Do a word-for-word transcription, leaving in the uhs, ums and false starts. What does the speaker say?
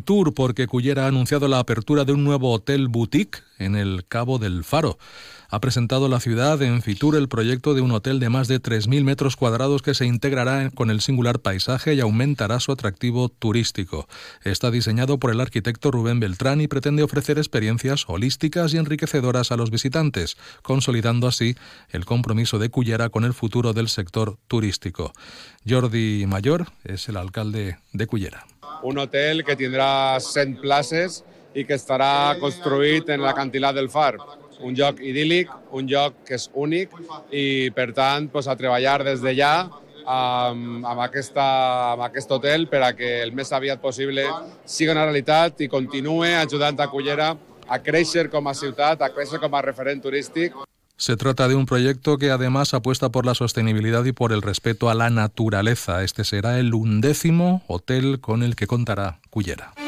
Fitur, porque Cullera ha anunciado la apertura de un nuevo hotel boutique en el Cabo del Faro. Ha presentado la ciudad en Fitur el proyecto de un hotel de más de tres mil metros cuadrados que se integrará con el singular paisaje y aumentará su atractivo turístico. Está diseñado por el arquitecto Rubén Beltrán y pretende ofrecer experiencias holísticas y enriquecedoras a los visitantes, consolidando así el compromiso de Cullera con el futuro del sector turístico. Jordi Mayor es el alcalde de Cullera. Un hotel que tindrà cent places i que estarà construït en l'acantilat del Far. Un lloc idíl·lic, un lloc que és únic i, per tant, pues, a treballar des de ja amb, amb, aquesta, amb aquest hotel per a que el més aviat possible sigui una realitat i continuï ajudant a Cullera a créixer com a ciutat, a créixer com a referent turístic. Se trata de un proyecto que además apuesta por la sostenibilidad y por el respeto a la naturaleza. Este será el undécimo hotel con el que contará Cullera.